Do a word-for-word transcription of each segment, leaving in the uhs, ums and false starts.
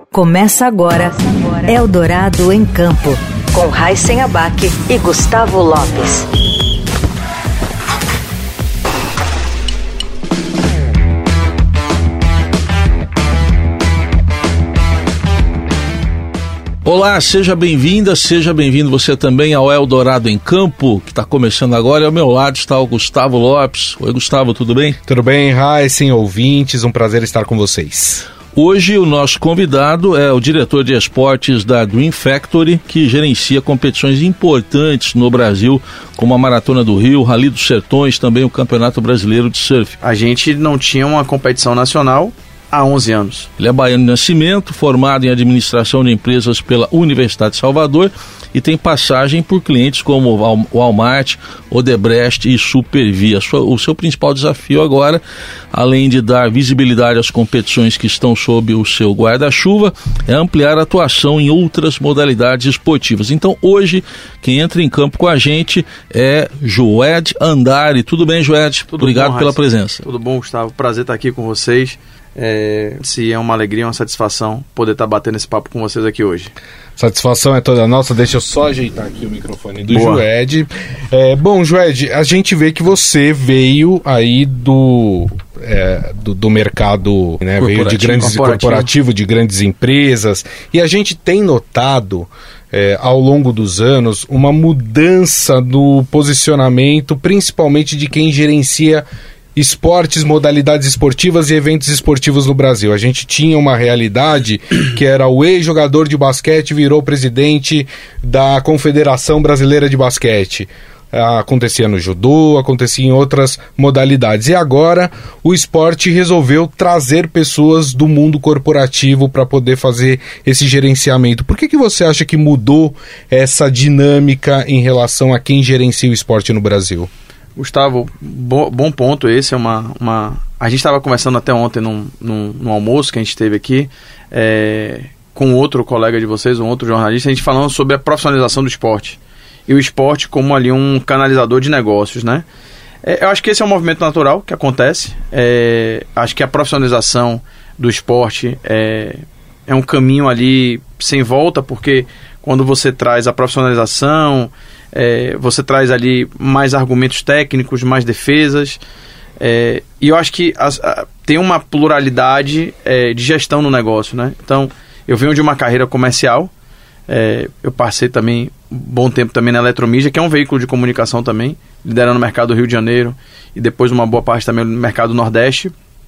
Começa agora Eldorado em Campo, com Raíssen Abac e Gustavo Lopes. Olá, seja bem-vinda, seja bem-vindo você também ao Eldorado em Campo, que está começando agora. Ao meu lado está o Gustavo Lopes. Oi, Gustavo, tudo bem? Tudo bem, Raíssen, ouvintes, um prazer estar com vocês. Hoje o nosso convidado é o diretor de esportes da Dream Factory, que gerencia competições importantes no Brasil, como a Maratona do Rio, o Rally dos Sertões, também o Campeonato Brasileiro de Surf. A gente não tinha uma competição nacional há onze anos. Ele é baiano de nascimento, formado em administração de empresas pela Universidade de Salvador e tem passagem por clientes como Walmart, Odebrecht e Supervia. O seu principal desafio agora, além de dar visibilidade às competições que estão sob o seu guarda-chuva, é ampliar a atuação em outras modalidades esportivas. Então hoje, quem entra em campo com a gente é Joed Andari. Tudo bem, Joed? Tudo Obrigado bom, pela presença. Tudo bom, Gustavo? Prazer estar aqui com vocês. É, se é uma alegria, uma satisfação poder estar batendo esse papo com vocês aqui hoje. Satisfação é toda nossa. Deixa eu só ajeitar aqui o microfone do Joed. É, bom, Joed, a gente vê que você veio aí do, é, do, do mercado, né? Veio de grandes corporativo. corporativo, de grandes empresas, e a gente tem notado É, ao longo dos anos, uma mudança no posicionamento, principalmente de quem gerencia esportes, modalidades esportivas e eventos esportivos no Brasil. A gente tinha uma realidade que era o ex-jogador de basquete virou presidente da Confederação Brasileira de Basquete. Acontecia no judô, acontecia em outras modalidades. E agora o esporte resolveu trazer pessoas do mundo corporativo para poder fazer esse gerenciamento. Por que que você acha que mudou essa dinâmica em relação a quem gerencia o esporte no Brasil? Gustavo, bo, bom ponto esse. É uma, uma... A gente estava conversando até ontem num, num, num almoço que a gente teve aqui é, com outro colega de vocês, um outro jornalista, a gente falando sobre a profissionalização do esporte. E o esporte como ali um canalizador de negócios, né? É, eu acho que esse é um movimento natural que acontece. É, acho que a profissionalização do esporte é, é um caminho ali sem volta, porque quando você traz a profissionalização, é, você traz ali mais argumentos técnicos, mais defesas. É, e eu acho que as, a, tem uma pluralidade é, de gestão no negócio, né? Então, eu venho de uma carreira comercial. É, eu passei também um bom tempo também na Eletromídia, que é um veículo de comunicação também, liderando o mercado do Rio de Janeiro e depois uma boa parte também no mercado do Nordeste.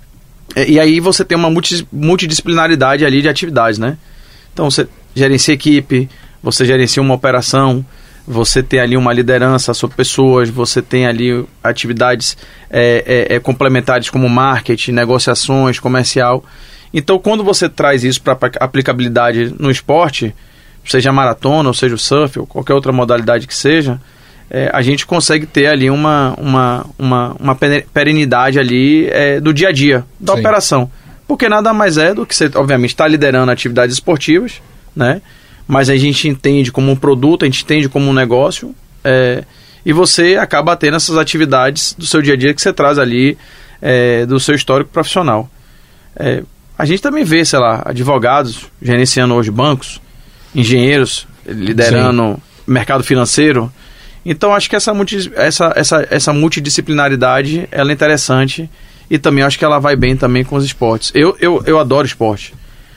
É, e aí você tem uma multi, multidisciplinaridade ali de atividades, né? Então você gerencia equipe, você gerencia uma operação, você tem ali uma liderança sobre pessoas, você tem ali atividades é, é, é, complementares como marketing, negociações, comercial. Então quando você traz isso para aplicabilidade no esporte, seja a maratona, ou seja o surf, ou qualquer outra modalidade que seja, é, a gente consegue ter ali uma, uma, uma, uma perenidade ali é, do dia a dia, da Sim. operação. Porque nada mais é do que você, obviamente, está liderando atividades esportivas, né? Mas a gente entende como um produto, a gente entende como um negócio, é, e você acaba tendo essas atividades do seu dia a dia que você traz ali é, do seu histórico profissional. É, a gente também vê, sei lá, advogados gerenciando hoje bancos, engenheiros liderando Sim. mercado financeiro. Então acho que essa, multi, essa, essa, essa multidisciplinaridade ela é interessante e também acho que ela vai bem também com os esportes. Eu, eu, eu adoro esporte.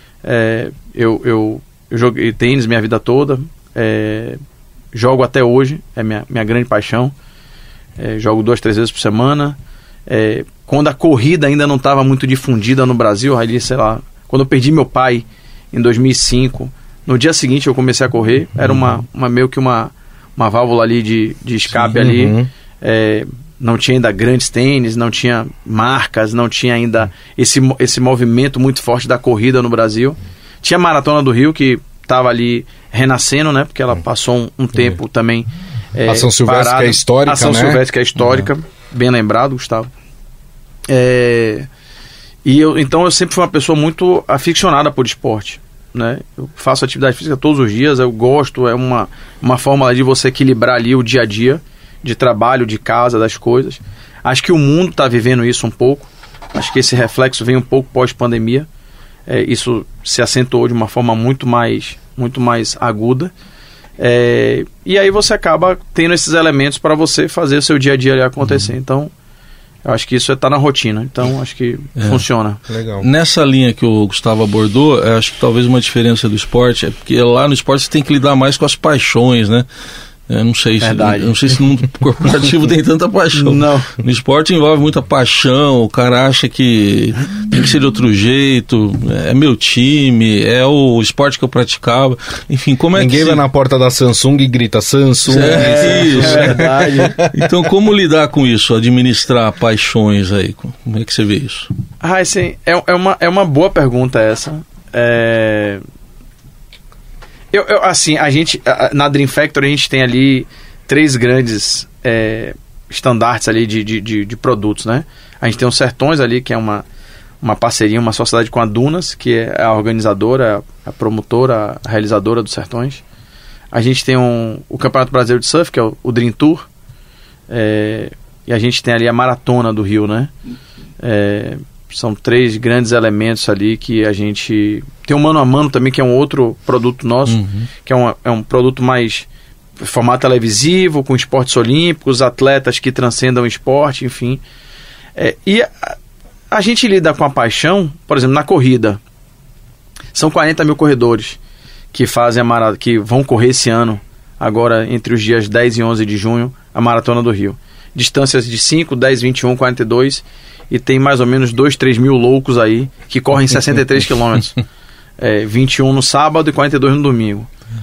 É, eu, eu, eu joguei tênis minha vida toda, é, jogo até hoje, é minha, minha grande paixão. É, jogo duas, três vezes por semana. É, quando a corrida ainda não estava muito difundida no Brasil, ali, sei lá, quando eu perdi meu pai em dois mil e cinco, no dia seguinte eu comecei a correr, era uma, uma meio que uma, uma válvula ali de, de escape Sim, ali, uhum. é, não tinha ainda grandes tênis, não tinha marcas, não tinha ainda esse, esse movimento muito forte da corrida no Brasil. Tinha a Maratona do Rio que estava ali renascendo, né, porque ela passou um, um tempo uhum. também é, a São Silvestre parada. Que é histórica, a São né? Silvestre que é histórica, uhum. bem lembrado, Gustavo. É, e eu, então eu sempre fui uma pessoa muito aficionada por esporte. Né? Eu faço atividade física todos os dias, eu gosto, é uma, uma forma de você equilibrar ali o dia a dia de trabalho, de casa, das coisas. Acho que o mundo está vivendo isso um pouco, acho que esse reflexo vem um pouco pós-pandemia. é, isso se acentuou de uma forma muito mais, muito mais aguda. É, e aí você acaba tendo esses elementos para você fazer o seu dia a dia ali acontecer. Uhum. Então, eu acho que isso está na rotina. Então, acho que é. funciona. Legal. Nessa linha que o Gustavo abordou, eu acho que talvez uma diferença do esporte é porque lá no esporte você tem que lidar mais com as paixões, né? Eu não sei se, não sei se no mundo corporativo tem tanta paixão. Não. No esporte envolve muita paixão, o cara acha que tem que ser de outro jeito, é meu time, é o esporte que eu praticava. Enfim, como é Ninguém que... vai na porta da Samsung e grita Samsung. É, isso. É verdade. Então, como lidar com isso? Administrar paixões aí? Como é que você vê isso? Ah, assim, é, é, uma, é uma boa pergunta essa. É... Eu, eu, assim, a gente, na Dream Factory, a gente tem ali três grandes é, estandartes ali de, de, de, de produtos, né? A gente tem o Sertões ali, que é uma, uma parceria, uma sociedade com a Dunas, que é a organizadora, a promotora, a realizadora dos Sertões. A gente tem um, o Campeonato Brasileiro de Surf, que é o, o Dream Tour. É, e a gente tem ali a Maratona do Rio, né? É, são três grandes elementos ali que a gente... Tem o Mano a Mano também, que é um outro produto nosso, uhum. que é um, é um produto mais formato televisivo, com esportes olímpicos, atletas que transcendam o esporte, enfim. É, e a, a gente lida com a paixão, por exemplo, na corrida. São quarenta mil corredores que, fazem a mara, que vão correr esse ano, agora entre os dias dez e onze de junho, a Maratona do Rio. Distâncias de cinco, dez, vinte e um, quarenta e dois... e tem mais ou menos dois, três mil loucos aí que correm sessenta e três quilômetros. É, vinte e um no sábado e quarenta e dois no domingo.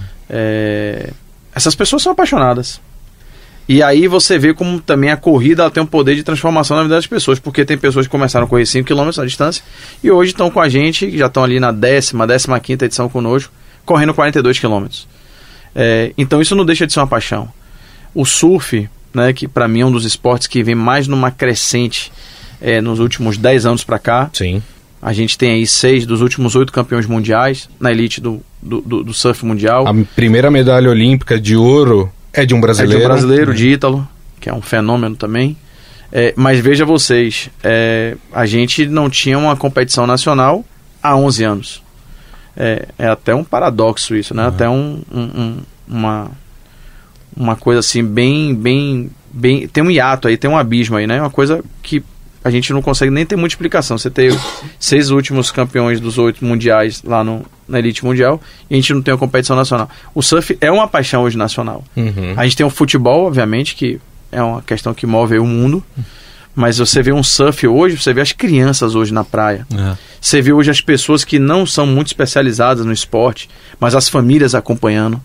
É, essas pessoas são apaixonadas. E aí você vê como também a corrida ela tem um poder de transformação na vida das pessoas, porque tem pessoas que começaram a correr cinco quilômetros à distância e hoje estão com a gente, já estão ali na décima, décima quinta edição conosco, correndo quarenta e dois quilômetros. É, então isso não deixa de ser uma paixão. O surf, né, que para mim é um dos esportes que vem mais numa crescente É, nos últimos dez anos para cá. Sim. A gente tem aí seis dos últimos oito campeões mundiais na elite do, do, do, do surf mundial. A primeira medalha olímpica de ouro é de um brasileiro. É de um brasileiro, de Ítalo, que é um fenômeno também. É, mas veja vocês, é, a gente não tinha uma competição nacional há onze anos. É, é até um paradoxo isso, né? Uhum. Até um, um, um, uma, uma coisa assim bem, bem, bem... Tem um hiato aí, tem um abismo aí, né? Uma coisa que a gente não consegue nem ter muita explicação. Você tem seis últimos campeões dos oito mundiais lá no, na elite mundial e a gente não tem uma competição nacional. O surf é uma paixão hoje nacional. Uhum. A gente tem o futebol, obviamente, que é uma questão que move o mundo, mas você vê um surf hoje, você vê as crianças hoje na praia. É. Você vê hoje as pessoas que não são muito especializadas no esporte, mas as famílias acompanhando,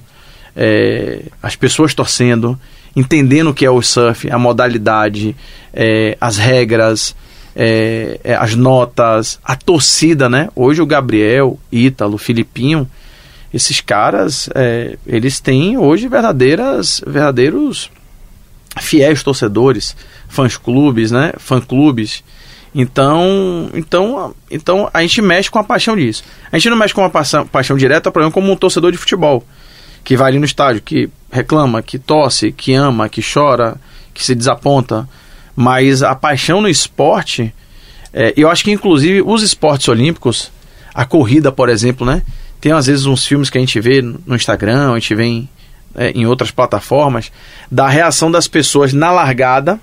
é, as pessoas torcendo, entendendo o que é o surf, a modalidade, é, as regras, é, é, as notas, a torcida, né? Hoje o Gabriel, Ítalo, Filipinho, esses caras, é, eles têm hoje verdadeiras, verdadeiros fiéis torcedores, fãs-clubes, né? Fã-clubes. Então, então, então a gente mexe com a paixão disso. A gente não mexe com uma paixão, paixão direta, por exemplo, como um torcedor de futebol, que vai ali no estádio, que reclama, que torce, que ama, que chora, que se desaponta. Mas a paixão no esporte, é, eu acho que inclusive os esportes olímpicos, a corrida, por exemplo, né? Tem às vezes uns filmes que a gente vê no Instagram, a gente vê em, é, em outras plataformas, da reação das pessoas na largada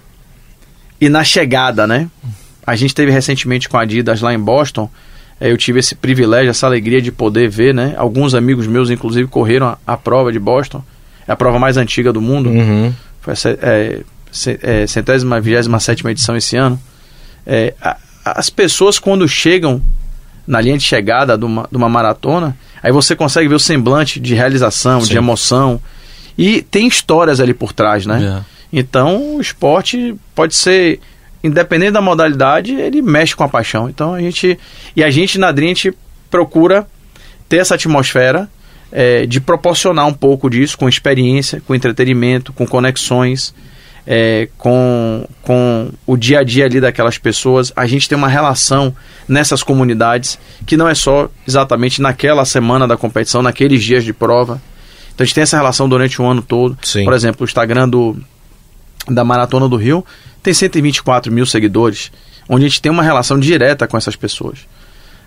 e na chegada, né? A gente teve recentemente com a Adidas lá em Boston. Eu tive esse privilégio, essa alegria de poder ver, né? Alguns amigos meus, inclusive, correram a, a prova de Boston. É a prova mais antiga do mundo. Uhum. Foi a é, é, centésima, vigésima sétima edição esse ano. É, a, as pessoas, quando chegam na linha de chegada de uma, de uma maratona, aí você consegue ver o semblante de realização, Sim. de emoção. E tem histórias ali por trás, né? Yeah. Então, o esporte pode ser... Independente da modalidade, ele mexe com a paixão. Então a gente... E a gente na Dream, a gente procura ter essa atmosfera é, de proporcionar um pouco disso, com experiência, com entretenimento, com conexões, é, com, com o dia a dia ali daquelas pessoas. A gente tem uma relação nessas comunidades que não é só exatamente naquela semana da competição, naqueles dias de prova. Então a gente tem essa relação durante o ano todo. Sim. Por exemplo, o Instagram do, da Maratona do Rio tem cento e vinte e quatro mil seguidores, onde a gente tem uma relação direta com essas pessoas.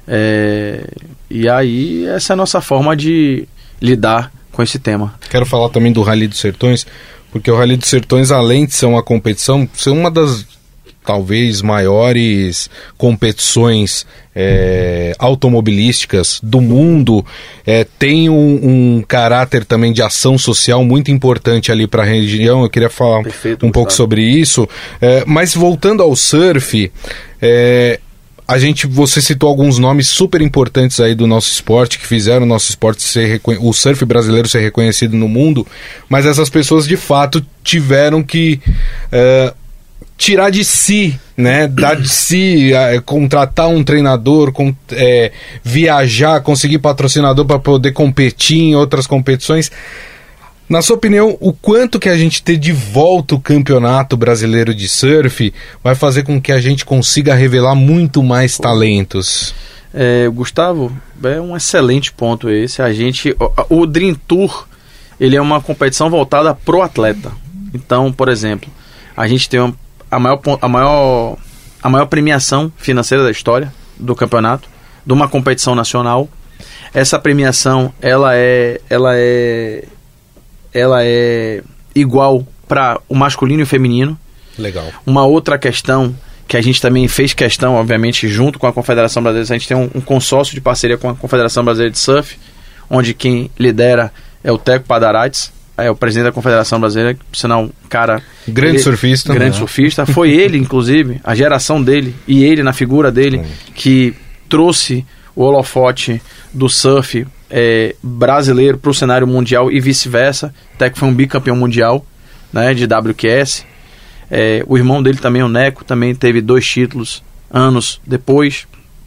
É, e aí essa é a nossa forma de lidar com esse tema. Quero falar também do Rally dos Sertões, porque o Rally dos Sertões, além de ser uma competição, ser uma das talvez maiores competições é, automobilísticas do mundo, é, tem um, um caráter também de ação social muito importante ali para a região. Eu queria falar Perfeito, um Gustavo. pouco sobre isso, é, mas voltando ao surf, é, a gente, você citou alguns nomes super importantes aí do nosso esporte, que fizeram o nosso esporte ser reconhe- o surf brasileiro ser reconhecido no mundo, mas essas pessoas de fato tiveram que é, tirar de si, né, dar de si, é, contratar um treinador, com, é, viajar, conseguir patrocinador para poder competir em outras competições. Na sua opinião, o quanto que a gente ter de volta o Campeonato Brasileiro de Surf vai fazer com que a gente consiga revelar muito mais talentos? É, Gustavo, é um excelente ponto esse. A gente, o, o Dream Tour, ele é uma competição voltada pro atleta. Então, por exemplo, a gente tem uma A maior, a, maior, a maior premiação financeira da história do campeonato, de uma competição nacional. Essa premiação ela é, ela é, ela é igual para o masculino e o feminino. Legal. Uma outra questão que a gente também fez questão, obviamente, junto com a Confederação Brasileira, a gente tem um, um consórcio de parceria com a Confederação Brasileira de Surf, onde quem lidera é o Teco Padarates, é o presidente da Confederação Brasileira, por sinal, um cara... Grande ele, surfista. Grande né? surfista. Foi ele, inclusive, a geração dele, e ele, na figura dele, hum. que trouxe o holofote do surf é, brasileiro para o cenário mundial e vice-versa. Até que foi um bicampeão mundial, né, de W Q S. É, o irmão dele também, o Neco, também teve dois títulos anos depois.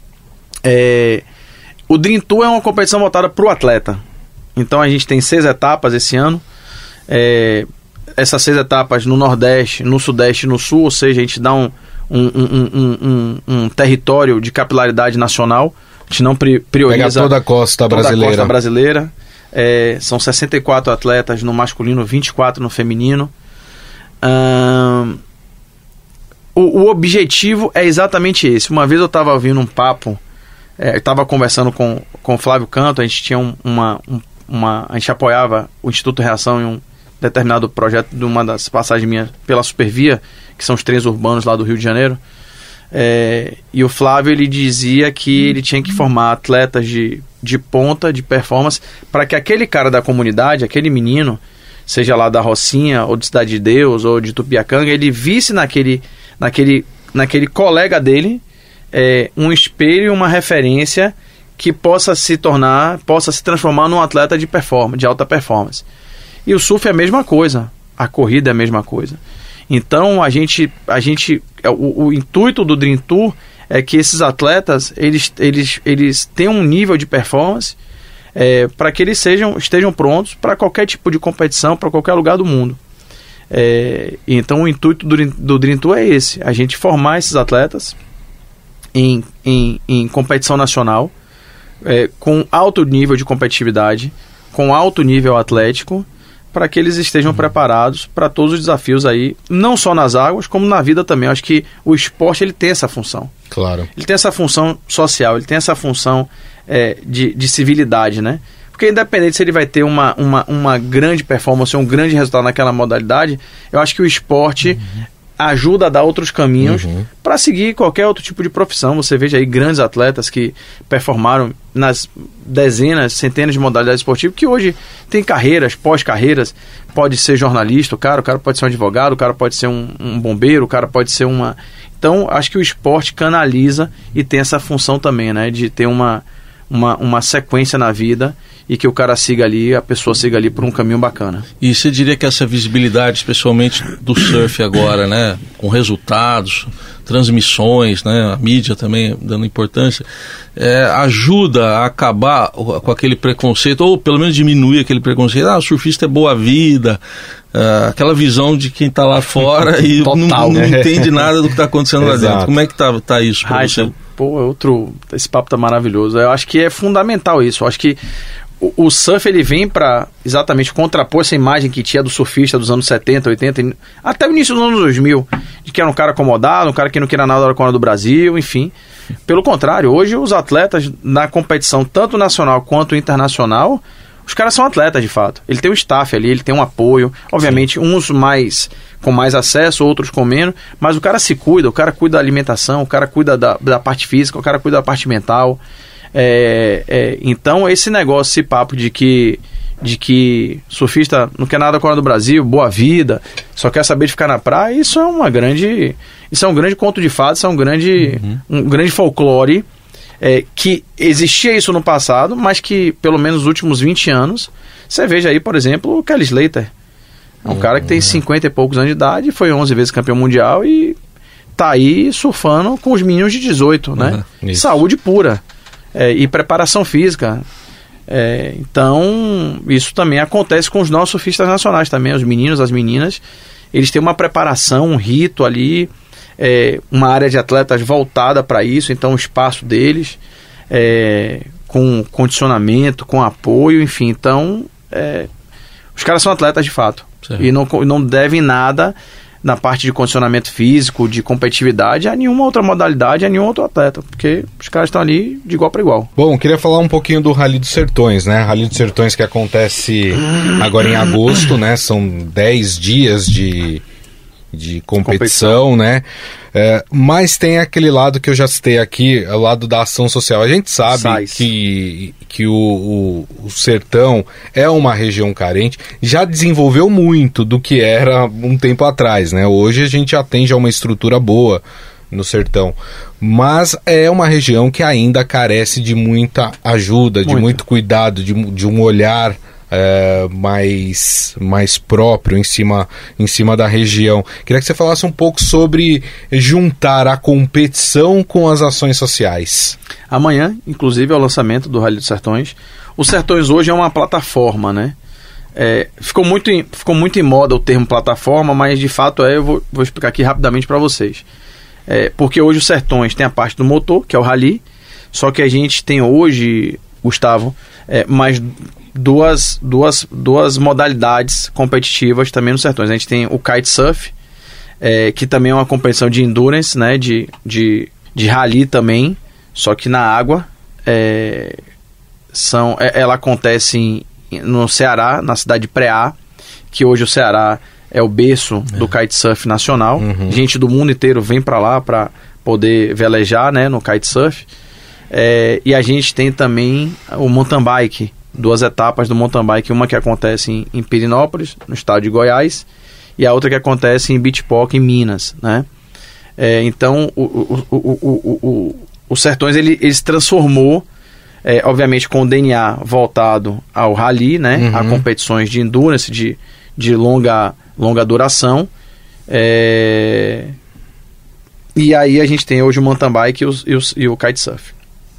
É, o Dream Tour é uma competição voltada para o atleta. Então a gente tem seis etapas esse ano. É, essas seis etapas no Nordeste, no Sudeste e no Sul, ou seja, a gente dá um, um, um, um, um, um território de capilaridade nacional. A gente não pri- prioriza Pega toda a costa toda brasileira. A costa brasileira. É, são sessenta e quatro atletas no masculino, vinte e quatro no feminino. Hum, o, o objetivo é exatamente esse. Uma vez eu estava ouvindo um papo, é, eu estava conversando com, com o Flávio Canto, a gente tinha um, uma... Um, Uma, a gente apoiava o Instituto Reação em um determinado projeto de uma das passagens minhas pela Supervia, que são os trens urbanos lá do Rio de Janeiro. É, e o Flávio, ele dizia que ele tinha que formar atletas de, de ponta, de performance, para que aquele cara da comunidade, aquele menino, seja lá da Rocinha, ou de Cidade de Deus, ou de Tupiacanga, ele visse naquele, naquele, naquele colega dele é, um espelho, uma referência que possa se tornar, possa se transformar num atleta de performance, de alta performance. E o surf é a mesma coisa, a corrida é a mesma coisa. Então a gente, a gente, o, o intuito do Dream Tour é que esses atletas eles, eles, eles tenham um nível de performance é, para que eles sejam, estejam prontos para qualquer tipo de competição, para qualquer lugar do mundo. É, então o intuito do, do Dream Tour é esse, a gente formar esses atletas em, em, em competição nacional, É, com alto nível de competitividade, com alto nível atlético, para que eles estejam uhum. preparados para todos os desafios aí, não só nas águas, como na vida também. Eu acho que o esporte ele tem essa função. Claro. Ele tem essa função social, ele tem essa função é, de, de civilidade, né? Porque independente se ele vai ter uma, uma, uma grande performance, um grande resultado naquela modalidade, eu acho que o esporte... Uhum. ajuda a dar outros caminhos uhum. para seguir qualquer outro tipo de profissão. Você veja aí grandes atletas que performaram nas dezenas, centenas de modalidades esportivas, que hoje tem carreiras, pós-carreiras. Pode ser jornalista, o cara, o cara pode ser um advogado, o cara pode ser um, um bombeiro, o cara pode ser uma... Então, acho que o esporte canaliza e tem essa função também, né, de ter uma, uma, uma sequência na vida e que o cara siga ali, a pessoa siga ali por um caminho bacana. E você diria que essa visibilidade, especialmente do surf agora, né, com resultados, transmissões, né, a mídia também dando importância, é, ajuda a acabar com aquele preconceito, ou pelo menos diminuir aquele preconceito, ah, o surfista é boa vida, uh, aquela visão de quem está lá fora e Total, não, não né? entende nada do que está acontecendo lá dentro. Como é que tá, tá isso para você? Pô, outro, esse papo tá maravilhoso. Eu acho que é fundamental isso. Eu acho que o, o surf ele vem para exatamente contrapor essa imagem que tinha do surfista dos anos setenta, oitenta, até o início dos anos dois mil, de que era um cara acomodado, um cara que não queria nada da Copa do Brasil, enfim. Pelo contrário, hoje os atletas na competição, tanto nacional quanto internacional, os caras são atletas de fato. Ele tem um staff ali, ele tem um apoio, obviamente, sim, uns mais com mais acesso, outros com menos, mas o cara se cuida, o cara cuida da alimentação, o cara cuida da, da parte física, o cara cuida da parte mental. É, é, então esse negócio, esse papo de que, de que surfista não quer nada com a do Brasil, boa vida, só quer saber de ficar na praia, isso é uma grande, isso é um grande conto de fadas, isso é um grande, uhum. um grande folclore, é, que existia isso no passado, mas que pelo menos nos últimos vinte anos, você veja aí, por exemplo, o Kelly Slater, é um uhum. cara que tem cinquenta e poucos anos de idade, foi onze vezes campeão mundial e tá aí surfando com os meninos de dezoito, né? Uhum. Saúde pura. É, e preparação física. É, então, isso também acontece com os nossos surfistas nacionais também, os meninos, as meninas, eles têm uma preparação, um rito ali, é, uma área de atletas voltada para isso, então o espaço deles, é, com condicionamento, com apoio, enfim, então, é, os caras são atletas de fato. Sim. E não, não devem nada na parte de condicionamento físico, de competitividade, a nenhuma outra modalidade, a nenhum outro atleta, porque os caras estão ali de igual para igual. Bom, queria falar um pouquinho do Rally dos Sertões, né? Rally dos Sertões que acontece agora em agosto, né? São dez dias de, de competição, competição. né? É, mas tem aquele lado que eu já citei aqui, o lado da ação social. A gente sabe Sais. que, que o, o, o sertão é uma região carente, já desenvolveu muito do que era um tempo atrás, né? Hoje a gente atende a uma estrutura boa no sertão, mas é uma região que ainda carece de muita ajuda, muito. de muito cuidado, de, de um olhar É, mais, mais próprio em cima, em cima da região. Queria que você falasse um pouco sobre juntar a competição com as ações sociais. Amanhã, inclusive, é o lançamento do Rally dos Sertões. O Sertões hoje é uma plataforma, né? É, ficou, muito em, ficou muito em moda o termo plataforma, mas de fato é, eu vou, vou explicar aqui rapidamente para vocês. É, porque hoje o Sertões tem a parte do motor, que é o Rally, só que a gente tem hoje, Gustavo, é, mais duas, duas, duas modalidades competitivas também nos Sertões. A gente tem o kitesurf, é, que também é uma competição de endurance, né, de, de, de rally também, só que na água. É, são, é, ela acontece em, no Ceará, na cidade de Preá, que hoje o Ceará é o berço é. do kitesurf nacional. Uhum. Gente do mundo inteiro vem para lá para poder velejar, né, no kitesurf. É, e a gente tem também o mountain bike, duas etapas do mountain bike, uma que acontece em, em Pirinópolis, no estado de Goiás, e a outra que acontece em Beachpock, em Minas, né? É, então, o, o, o, o, o, o Sertões, ele, ele se transformou, é, obviamente, com o D N A voltado ao rally, né? Uhum. A competições de endurance, de, de longa, longa duração. É, e aí a gente tem hoje o mountain bike e, os, e, os, e o kitesurf.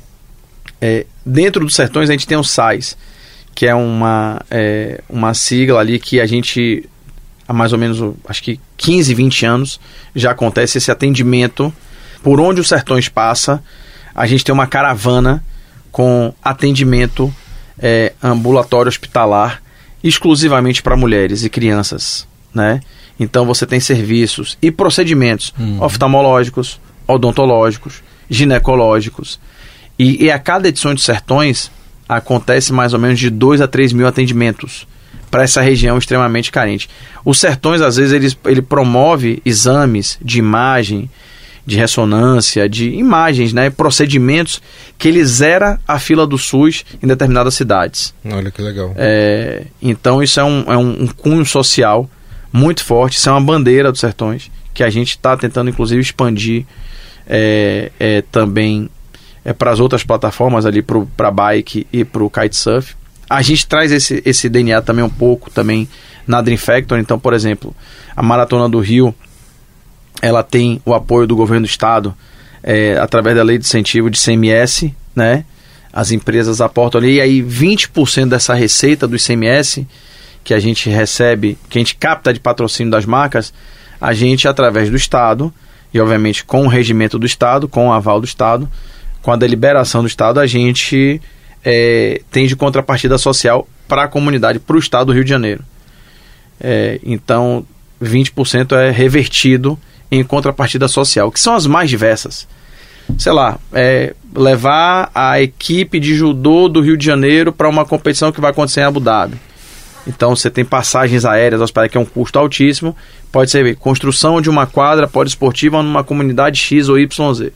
É, dentro dos Sertões a gente tem o Sais, que é uma, é uma sigla ali que a gente há mais ou menos, acho que quinze, vinte anos já acontece esse atendimento. Por onde o Sertões passa, a gente tem uma caravana com atendimento é, ambulatório hospitalar exclusivamente para mulheres e crianças, né? Então você tem serviços e procedimentos uhum. oftalmológicos, odontológicos, ginecológicos. E, e a cada edição de Sertões acontece mais ou menos de dois a três mil atendimentos para essa região extremamente carente. Os Sertões, às vezes, ele, ele promove exames de imagem, de ressonância, de imagens, né, procedimentos que ele zera a fila do SUS em determinadas cidades. Olha que legal. É, então isso é, um, é um, um cunho social muito forte, isso é uma bandeira dos Sertões, que a gente está tentando, inclusive, expandir é, é, também é, para as outras plataformas ali, para bike e para o kitesurf. A gente traz esse, esse D N A também um pouco também na Dream Factory. Então, por exemplo, a Maratona do Rio, ela tem o apoio do governo do estado é, através da lei de incentivo de I C M S, né? As empresas aportam ali, e aí vinte por cento dessa receita do I C M S que a gente recebe, que a gente capta de patrocínio das marcas, a gente, através do estado, e obviamente com o regimento do estado, com o aval do estado, com a deliberação do estado, a gente é, tem de contrapartida social para a comunidade, para o estado do Rio de Janeiro. É, então, vinte por cento é revertido em contrapartida social, que são as mais diversas. Sei lá, é, levar a equipe de judô do Rio de Janeiro para uma competição que vai acontecer em Abu Dhabi. Então você tem passagens aéreas, hospedagem, que é um custo altíssimo. Pode ser construção de uma quadra poliesportiva numa comunidade X ou Y Z.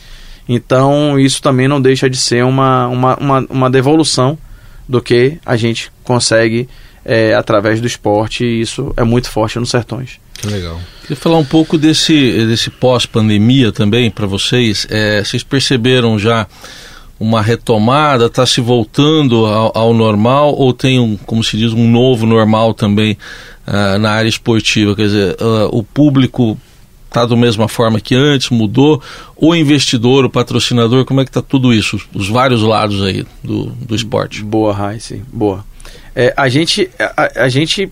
Então isso também não deixa de ser uma, uma, uma, uma devolução do que a gente consegue é, através do esporte, e isso é muito forte nos sertões. Que legal. Queria falar um pouco desse, desse pós-pandemia também para vocês. É, vocês perceberam já uma retomada, está se voltando ao, ao normal, ou tem, um, como se diz, um novo normal também uh, na área esportiva? Quer dizer, uh, o público está da mesma forma que antes, mudou? O investidor, o patrocinador, como é que está tudo isso? Os vários lados aí do, do esporte. Boa, Raíssa, boa. É, a gente... A, a gente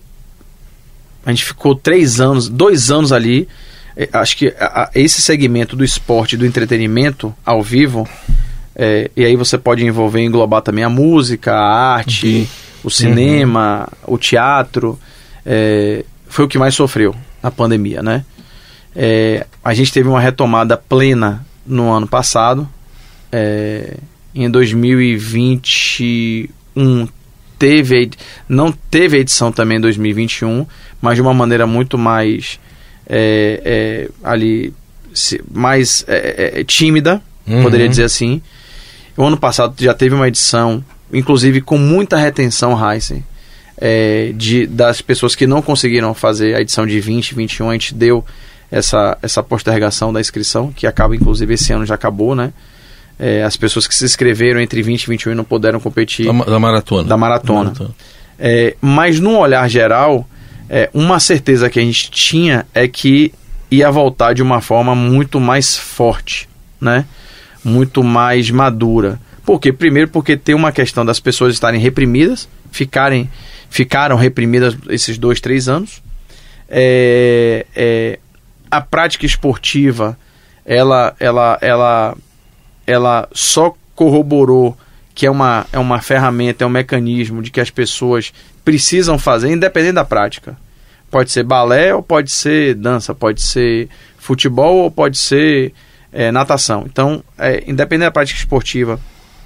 A gente ficou três anos, dois anos ali. Acho que a, a, esse segmento do esporte, do entretenimento ao vivo, é, e aí você pode envolver, englobar também a música, a arte, uhum. o cinema, uhum. o teatro, é, foi o que mais sofreu na pandemia, né? É, a gente teve uma retomada plena no ano passado. É, em dois mil e vinte e um teve, não teve a edição também em dois mil e vinte e um, mas de uma maneira muito mais é, é, ali se, mais é, é, tímida, uhum. poderia dizer assim. O ano passado já teve uma edição, inclusive com muita retenção, Heisen, é, de, das pessoas que não conseguiram fazer a edição de vinte e vinte e um. A gente deu essa, essa postergação da inscrição, que acaba, inclusive, esse ano já acabou, né? É, as pessoas que se inscreveram entre vinte e vinte e um e não puderam competir da, da maratona, da maratona. maratona. É, mas num olhar geral, é, uma certeza que a gente tinha é que ia voltar de uma forma muito mais forte, né? Muito mais madura. Por quê? Primeiro porque tem uma questão das pessoas estarem reprimidas, ficarem, ficaram reprimidas esses dois, três anos. É, é, a prática esportiva, ela, ela, ela, ela só corroborou que é uma, é uma ferramenta, é um mecanismo de que as pessoas precisam fazer, independente da prática. Pode ser balé, ou pode ser dança, pode ser futebol, ou pode ser é, natação. Então, é, independente da prática esportiva,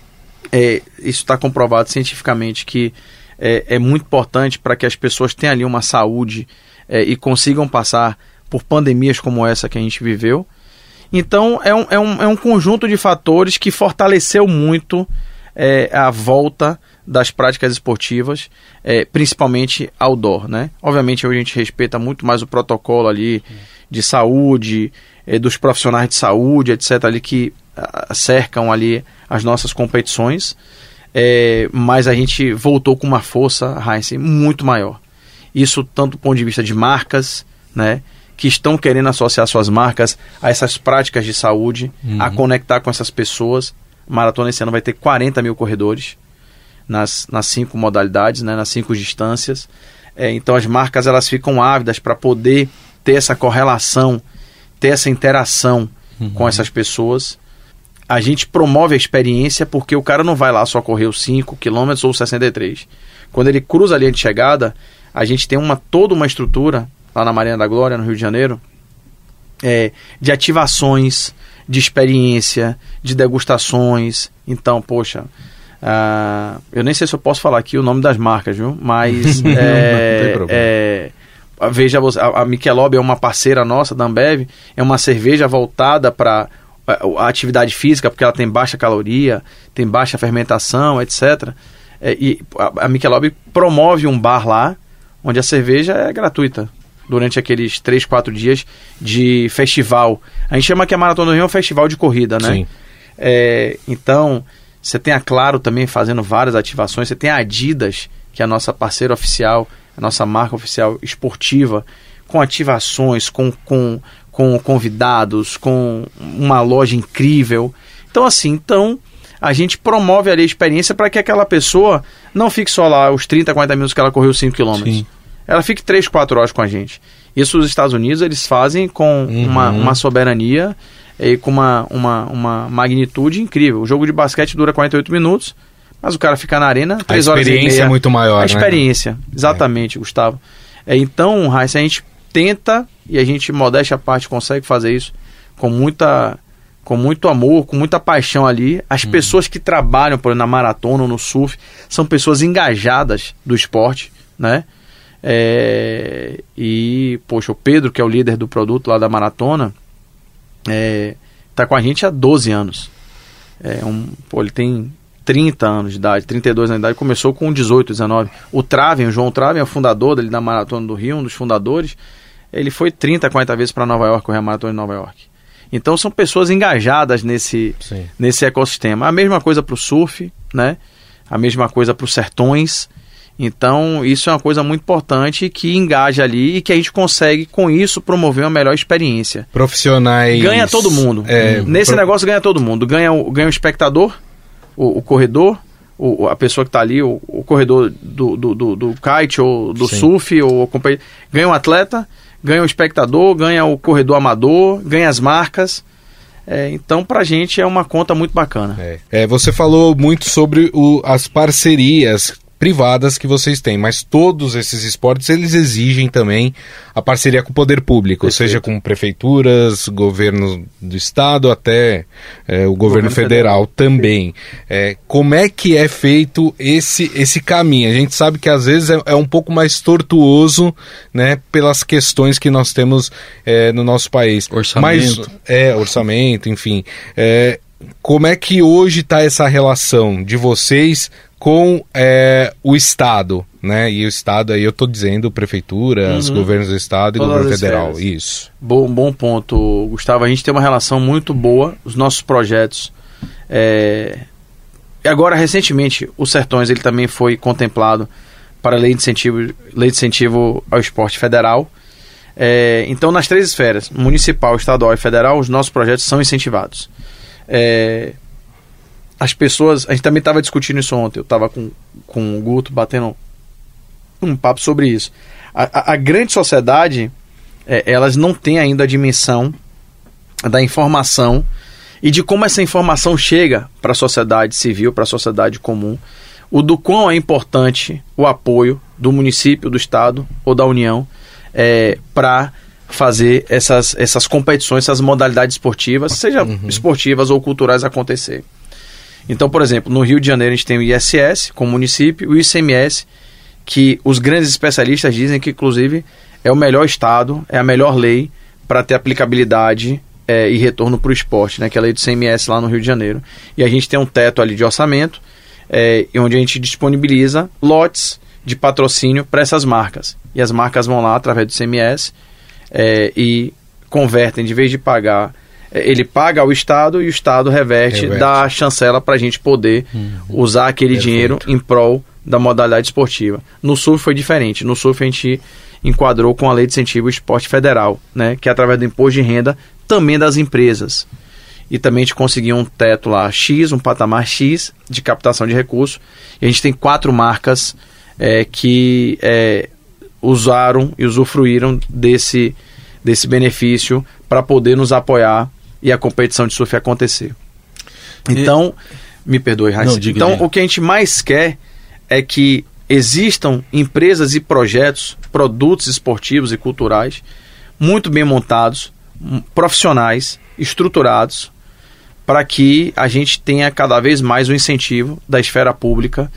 é, isso está comprovado cientificamente que é, é muito importante para que as pessoas tenham ali uma saúde é, e consigam passar por pandemias como essa que a gente viveu. Então, é um, é um, é um conjunto de fatores que fortaleceu muito é, a volta das práticas esportivas, é, principalmente outdoor, né? Obviamente, a gente respeita muito mais o protocolo ali de saúde, é, dos profissionais de saúde, etcétera, ali que a, cercam ali as nossas competições, é, mas a gente voltou com uma força, Heinz, muito maior. Isso tanto do ponto de vista de marcas, né, que estão querendo associar suas marcas a essas práticas de saúde, uhum. a conectar com essas pessoas. A maratona esse ano vai ter quarenta mil corredores nas, nas cinco modalidades, né, nas cinco distâncias. É, então as marcas elas ficam ávidas para poder ter essa correlação, ter essa interação uhum. com essas pessoas. A gente promove a experiência porque o cara não vai lá só correr os cinco quilômetros ou sessenta e três. Quando ele cruza a linha de chegada, a gente tem uma, toda uma estrutura lá na Marina da Glória, no Rio de Janeiro, é, de ativações, de experiência, de degustações. Então, poxa, uh, eu nem sei se eu posso falar aqui o nome das marcas, viu? Mas é, não, não é, veja, a, a Michelob é uma parceira nossa da Ambev, é uma cerveja voltada para a atividade física, porque ela tem baixa caloria, tem baixa fermentação, etcétera. É, e a, a Michelob promove um bar lá, onde a cerveja é gratuita, durante aqueles três, quatro dias de festival. A gente chama que a Maratona do Rio é um festival de corrida, né? Sim. É, então, você tem a Claro também fazendo várias ativações, você tem a Adidas, que é a nossa parceira oficial, a nossa marca oficial esportiva, com ativações, com, com, com convidados, com uma loja incrível. Então, assim, então, a gente promove ali a experiência para que aquela pessoa não fique só lá os trinta, quarenta minutos que ela correu cinco quilômetros. Sim. Ela fique três, quatro horas com a gente. Isso os Estados Unidos eles fazem com uhum. uma, uma soberania e com uma, uma, uma magnitude incrível. O jogo de basquete dura quarenta e oito minutos, mas o cara fica na arena três a horas e meia. A experiência é muito maior, A experiência, né? exatamente, é. Gustavo. É, então, Raíssa, a gente tenta, e a gente, modéstia à parte, consegue fazer isso com muita... com muito amor, com muita paixão ali. As hum. pessoas que trabalham, por exemplo, na maratona ou no surf, são pessoas engajadas do esporte, né? É, e, poxa, o Pedro, que é o líder do produto lá da maratona, é, tá com a gente há doze anos. É um, pô, ele tem trinta anos de idade, trinta e dois anos de idade, começou com dezoito, dezenove. O Traven, o João Traven, é o fundador dele da Maratona do Rio, um dos fundadores. Ele foi trinta, quarenta vezes para Nova York, correr a Maratona de Nova York. Então são pessoas engajadas nesse, nesse ecossistema. A mesma coisa para o surf, né? A mesma coisa para os sertões. Então isso é uma coisa muito importante que engaja ali e que a gente consegue com isso promover uma melhor experiência. Profissionais... Ganha todo mundo. É, Nesse pro... negócio ganha todo mundo. Ganha o, ganha o espectador, o, o corredor, o, a pessoa que está ali, o, o corredor do, do, do, do kite ou do Sim. surf, ou ganha o atleta, ganha o espectador, ganha o corredor amador, ganha as marcas. É, então, pra gente é uma conta muito bacana. É. É, você falou muito sobre o, as parcerias privadas que vocês têm, mas todos esses esportes, eles exigem também a parceria com o poder público, Perfeito. Seja com prefeituras, governo do estado, até é, o governo, governo federal, federal também. É, como é que é feito esse, esse caminho? A gente sabe que às vezes é, é um pouco mais tortuoso, né, pelas questões que nós temos é, no nosso país. Orçamento. Mas, é, orçamento, enfim. É, como é que hoje está essa relação de vocês com é, o Estado, né? E o Estado, aí eu estou dizendo prefeituras, uhum. governos do Estado e Todas governo federal, esferas. Isso. Bom, bom ponto, Gustavo. A gente tem uma relação muito boa, os nossos projetos. É... E agora, recentemente, o Sertões ele também foi contemplado para a lei de incentivo, lei de incentivo ao esporte federal. É... Então, nas três esferas, municipal, estadual e federal, os nossos projetos são incentivados. É... As pessoas, a gente também estava discutindo isso ontem, eu estava com, com o Guto batendo um papo sobre isso. A, a, a grande sociedade, é, elas não têm ainda a dimensão da informação e de como essa informação chega para a sociedade civil, para a sociedade comum, o do quão é importante o apoio do município, do estado ou da União é, para fazer essas, essas competições, essas modalidades esportivas, seja uhum. esportivas ou culturais acontecer. Então, por exemplo, no Rio de Janeiro a gente tem o I S S como município, o I C M S, que os grandes especialistas dizem que, inclusive, é o melhor estado, é a melhor lei para ter aplicabilidade é, e retorno para o esporte, né, que é a lei do I C M S lá no Rio de Janeiro. E a gente tem um teto ali de orçamento, é, onde a gente disponibiliza lotes de patrocínio para essas marcas. E as marcas vão lá através do I C M S é, e convertem, de vez de pagar... Ele paga ao Estado e o Estado reverte, reverte. dá a chancela para a gente poder uhum. usar aquele Perfeito. dinheiro em prol da modalidade esportiva. No surf foi diferente. No surf a gente enquadrou com a Lei de Incentivo ao Esporte Federal, né, que é através do imposto de renda também das empresas. E também a gente conseguiu um teto lá X, um patamar X de captação de recursos. E a gente tem quatro marcas é, que é, usaram e usufruíram desse, desse benefício para poder nos apoiar e a competição de surf acontecer. Então, e... me perdoe, Raíssa. Não, diga, então, diga. O que a gente mais quer é que existam empresas e projetos, produtos esportivos e culturais muito bem montados, profissionais, estruturados, para que a gente tenha cada vez mais o incentivo da esfera pública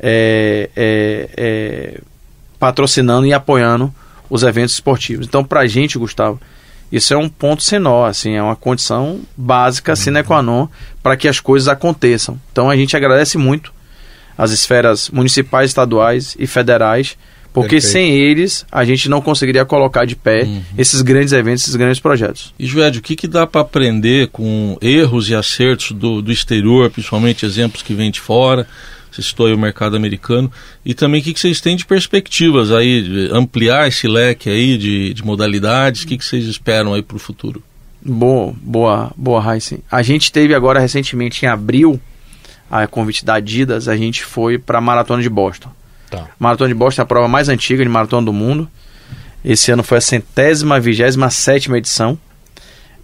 é, é, é, patrocinando e apoiando os eventos esportivos. Então, para a gente, Gustavo, isso é um ponto sem nó, assim, é uma condição básica, sine qua non, para que as coisas aconteçam. Então a gente agradece muito as esferas municipais, estaduais e federais, porque Perfeito. Sem eles a gente não conseguiria colocar de pé uhum. esses grandes eventos, esses grandes projetos. E Joed, o que, que dá para aprender com erros e acertos do, do exterior, principalmente exemplos que vêm de fora? Você citou aí o mercado americano, e também o que, que vocês têm de perspectivas aí, de ampliar esse leque aí de, de modalidades, o que, que vocês esperam aí para o futuro? Boa, boa, boa, Raíssa. A gente teve agora recentemente em abril, a convite da Adidas, a gente foi para a Maratona de Boston. Tá. Maratona de Boston é a prova mais antiga de maratona do mundo. Esse ano foi a centésima, vigésima sétima edição.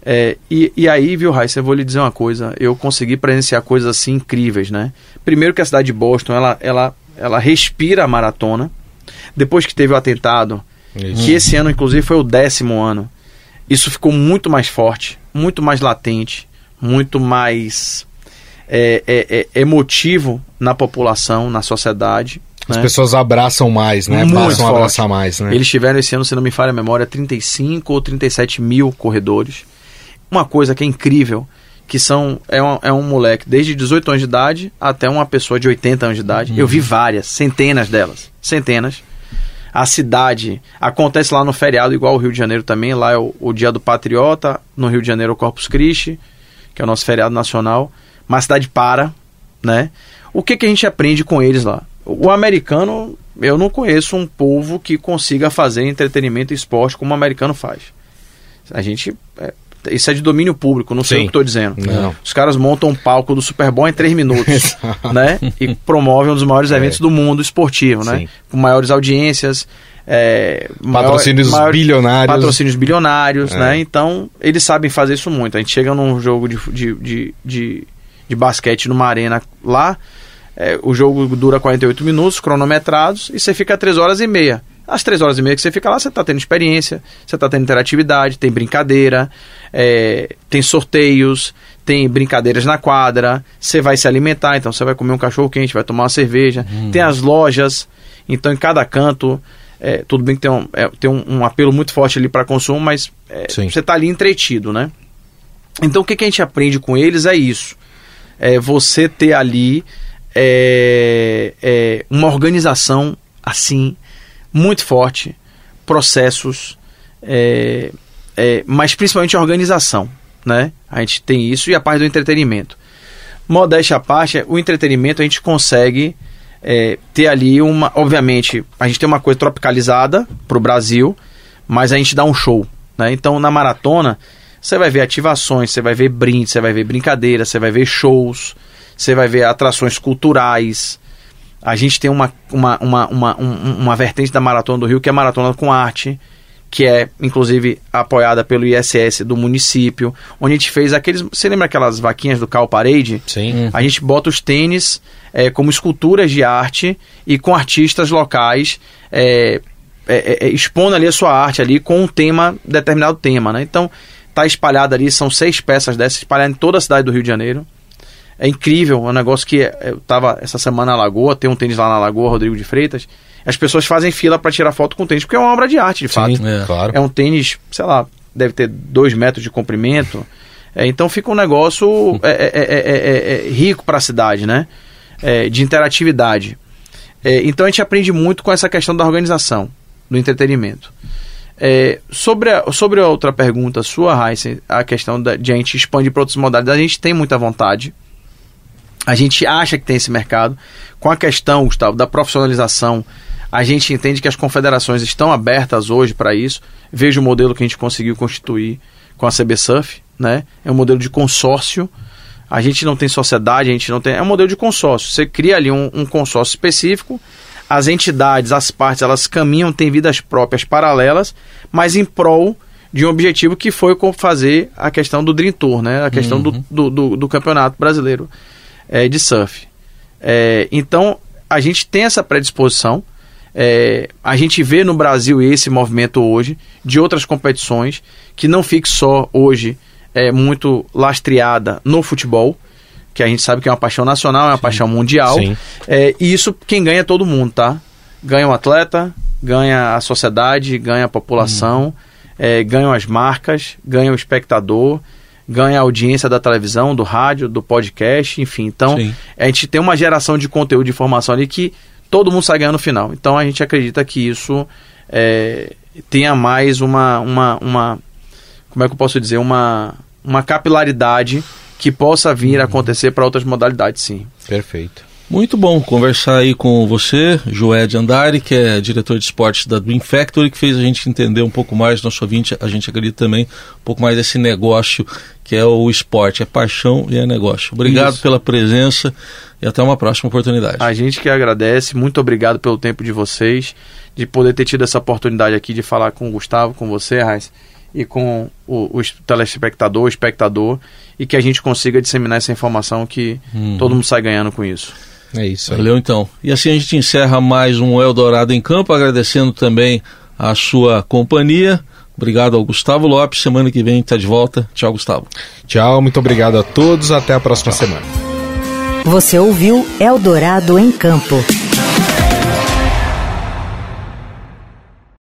É, e, e aí, viu, Raíssa, eu vou lhe dizer uma coisa, eu consegui presenciar coisas assim incríveis, né? Primeiro que a cidade de Boston, ela, ela, ela respira a maratona. Depois que teve o atentado, isso. que esse ano, inclusive, foi o décimo ano, isso ficou muito mais forte, muito mais latente, muito mais é, é, é, emotivo na população, na sociedade. As né? pessoas abraçam mais, né? Muito Passam a forte. abraçar mais, né? Eles tiveram esse ano, se não me falha a memória, trinta e cinco ou trinta e sete mil corredores. Uma coisa que é incrível, que são é um, é um moleque desde dezoito anos de idade até uma pessoa de oitenta anos de idade. Uhum. Eu vi várias, centenas delas, centenas. A cidade acontece lá no feriado, igual o Rio de Janeiro também. Lá é o, o Dia do Patriota, no Rio de Janeiro o Corpus Christi, que é o nosso feriado nacional. Mas a cidade para, né? O que, que a gente aprende com eles lá? O americano, eu não conheço um povo que consiga fazer entretenimento e esporte como o americano faz. A gente... É, isso é de domínio público, não sei Sim. o que estou dizendo. Não. Os caras montam um palco do Super Bowl em três minutos, né? E promovem um dos maiores eventos é. do mundo esportivo, né? Sim. Com maiores audiências, é, patrocínios maior, bilionários. Patrocínios bilionários, é. né? Então, eles sabem fazer isso muito. A gente chega num jogo de, de, de, de, de basquete numa arena lá, é, o jogo dura quarenta e oito minutos, cronometrados, e você fica três horas e meia. Às três horas e meia que você fica lá, você está tendo experiência, você está tendo interatividade, tem brincadeira, é, tem sorteios, tem brincadeiras na quadra, você vai se alimentar, então você vai comer um cachorro quente, vai tomar uma cerveja, hum. tem as lojas, então em cada canto, é, tudo bem que tem um, é, tem um, um apelo muito forte ali para consumo, mas é, você está ali entretido, né? Então o que, que a gente aprende com eles é isso, é você ter ali é, é, uma organização assim, muito forte, processos, é, é, mas principalmente a organização, né? A gente tem isso e a parte do entretenimento. Modéstia à parte, o entretenimento a gente consegue é, ter ali uma... Obviamente, a gente tem uma coisa tropicalizada para o Brasil, mas a gente dá um show, né? Então, na maratona, você vai ver ativações, você vai ver brindes, você vai ver brincadeiras, você vai ver shows, você vai ver atrações culturais. A gente tem uma, uma, uma, uma, uma vertente da Maratona do Rio, que é a Maratona com Arte, que é, inclusive, apoiada pelo I S S do município, onde a gente fez aqueles... Você lembra aquelas vaquinhas do Cal Parade? Sim. A gente bota os tênis é, como esculturas de arte e com artistas locais é, é, é, expondo ali a sua arte ali com um tema, determinado tema, né? Então, tá espalhado ali, são seis peças dessas espalhadas em toda a cidade do Rio de Janeiro. É incrível, é um negócio que eu tava essa semana na Lagoa, tem um tênis lá na Lagoa, Rodrigo de Freitas, as pessoas fazem fila para tirar foto com o tênis, porque é uma obra de arte, de fato. Sim, é. Claro. É um tênis, sei lá, deve ter dois metros de comprimento, é, então fica um negócio é, é, é, é, é rico para a cidade, né? É, de interatividade. É, então a gente aprende muito com essa questão da organização, do entretenimento. É, sobre, a, sobre a outra pergunta sua, Raíssa, a questão da, de a gente expandir para outras modalidades, a gente tem muita vontade. A gente acha que tem esse mercado. Com a questão, Gustavo, da profissionalização, a gente entende que as confederações estão abertas hoje para isso. Veja o modelo que a gente conseguiu constituir com a C B Surf, né? É um modelo de consórcio. A gente não tem sociedade, a gente não tem... É um modelo de consórcio. Você cria ali um, um consórcio específico, as entidades, as partes, elas caminham, têm vidas próprias paralelas, mas em prol de um objetivo que foi fazer a questão do Dream Tour, né? A questão uhum. do, do, do, do Campeonato Brasileiro É, de surf. É, então, a gente tem essa predisposição. É, a gente vê no Brasil esse movimento hoje, de outras competições, que não fique só hoje é, muito lastreada no futebol, que a gente sabe que é uma paixão nacional, é uma Sim. paixão mundial. É, e isso, quem ganha é todo mundo, tá? Ganha o atleta, ganha a sociedade, ganha a população, hum. é, ganham as marcas, ganha o espectador, ganha a audiência da televisão, do rádio, do podcast, enfim. Então, Sim. a gente tem uma geração de conteúdo, de informação ali que todo mundo sai ganhando no final. Então, a gente acredita que isso é, tenha mais uma, uma, uma... Como é que eu posso dizer? Uma, uma capilaridade que possa vir a acontecer para outras modalidades, sim. Perfeito. Muito bom conversar aí com você, Joed Andari, que é diretor de esportes da Dream Factory, que fez a gente entender um pouco mais, nosso ouvinte, a gente acredita também, um pouco mais desse negócio que é o esporte, é paixão e é negócio. Obrigado Isso. pela presença e até uma próxima oportunidade. A gente que agradece, muito obrigado pelo tempo de vocês, de poder ter tido essa oportunidade aqui de falar com o Gustavo, com você, Raíssa, e com o, o telespectador, o espectador, e que a gente consiga disseminar essa informação que uhum. todo mundo sai ganhando com isso. É isso aí. Valeu, então. E assim a gente encerra mais um Eldorado em Campo, agradecendo também a sua companhia. Obrigado ao Gustavo Lopes. Semana que vem está de volta. Tchau, Gustavo. Tchau, muito obrigado a todos. Até a próxima Tchau. semana. Você ouviu Eldorado em Campo.